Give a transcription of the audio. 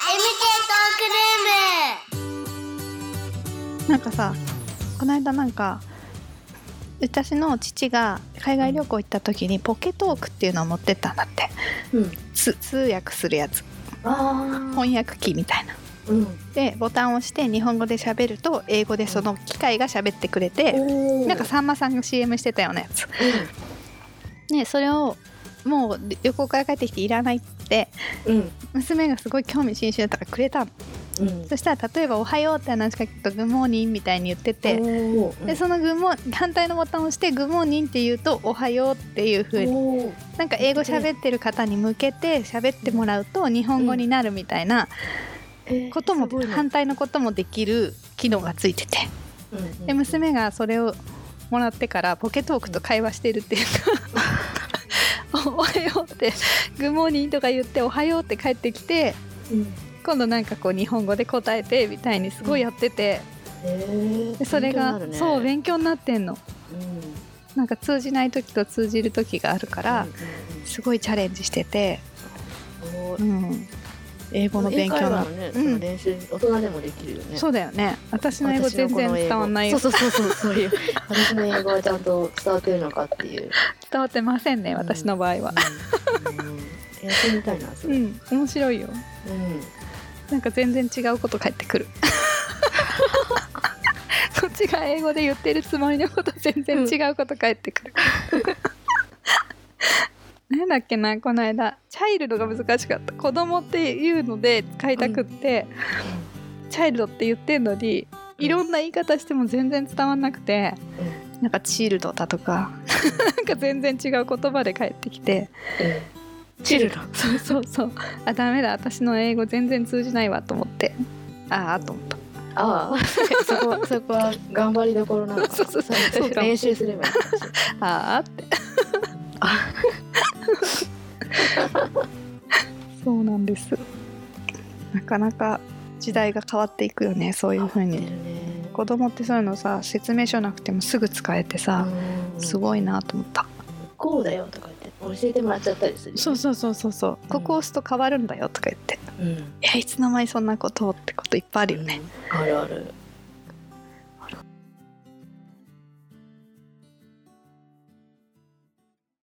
なんかさ、この間なんか私の父が海外旅行行った時にポケトークっていうのを持ってったんだって、通訳するやつ、翻訳機みたいな、でボタンを押して日本語で喋ると英語でその機械が喋ってくれて、なんかさんまさんが CM してたようなやつ、ね、それをもう旅行から帰ってきていらないって、娘がすごい興味津々だったからくれたの。そしたら例えばおはようって話しかけるとグッモーニンみたいに言ってて、でその反対のボタンを押してグッモーニンって言うとおはようっていう風になんか英語喋ってる方に向けて喋ってもらうと日本語になるみたいなことも、反対のこともできる機能がついてて、で娘がそれをもらってからポケトークと会話してるっていうかおはようってグッモーニンとか言っておはようって帰ってきて、今度なんかこう日本語で答えてみたいにすごいやってて、でそれがそう勉強になってんの、なんか通じない時と通じる時があるから、すごいチャレンジしてて、英語の勉強の練習大人でもできるよね。 そうだよね。私の英語全然伝わんないよ。 そういう私の英語はちゃんと伝わってるのかっていう伝わってませんね、私の場合は。 やってみたいなそれ。 面白いよ。なんか全然違うこと返ってくるこっちが英語で言ってるつもりのこと全然違うこと返ってくるなんだっけな、この間チャイルドが難しかった。子供っていうので使いたくって、チャイルドって言ってんのにいろんな言い方しても全然伝わんなくて、なんかチルドだとかなんか全然違う言葉で返ってきて、 チルドそうあ、ダメだ、私の英語全然通じないわと思って、と思った。 そこは頑張りどころなのかな。そう練習すればいいかもしれない。 ってそうなんです。なかなか時代が変わっていくよね、そういう風に。子供ってそういうのさ、説明書なくてもすぐ使えてさ、すごいなと思った。 こうだよとか言って教えてもらっちゃったりする。 そう、ここ押すと変わるんだよとか言って、いつの間にそんなことってこといっぱいあるよね。 あるある。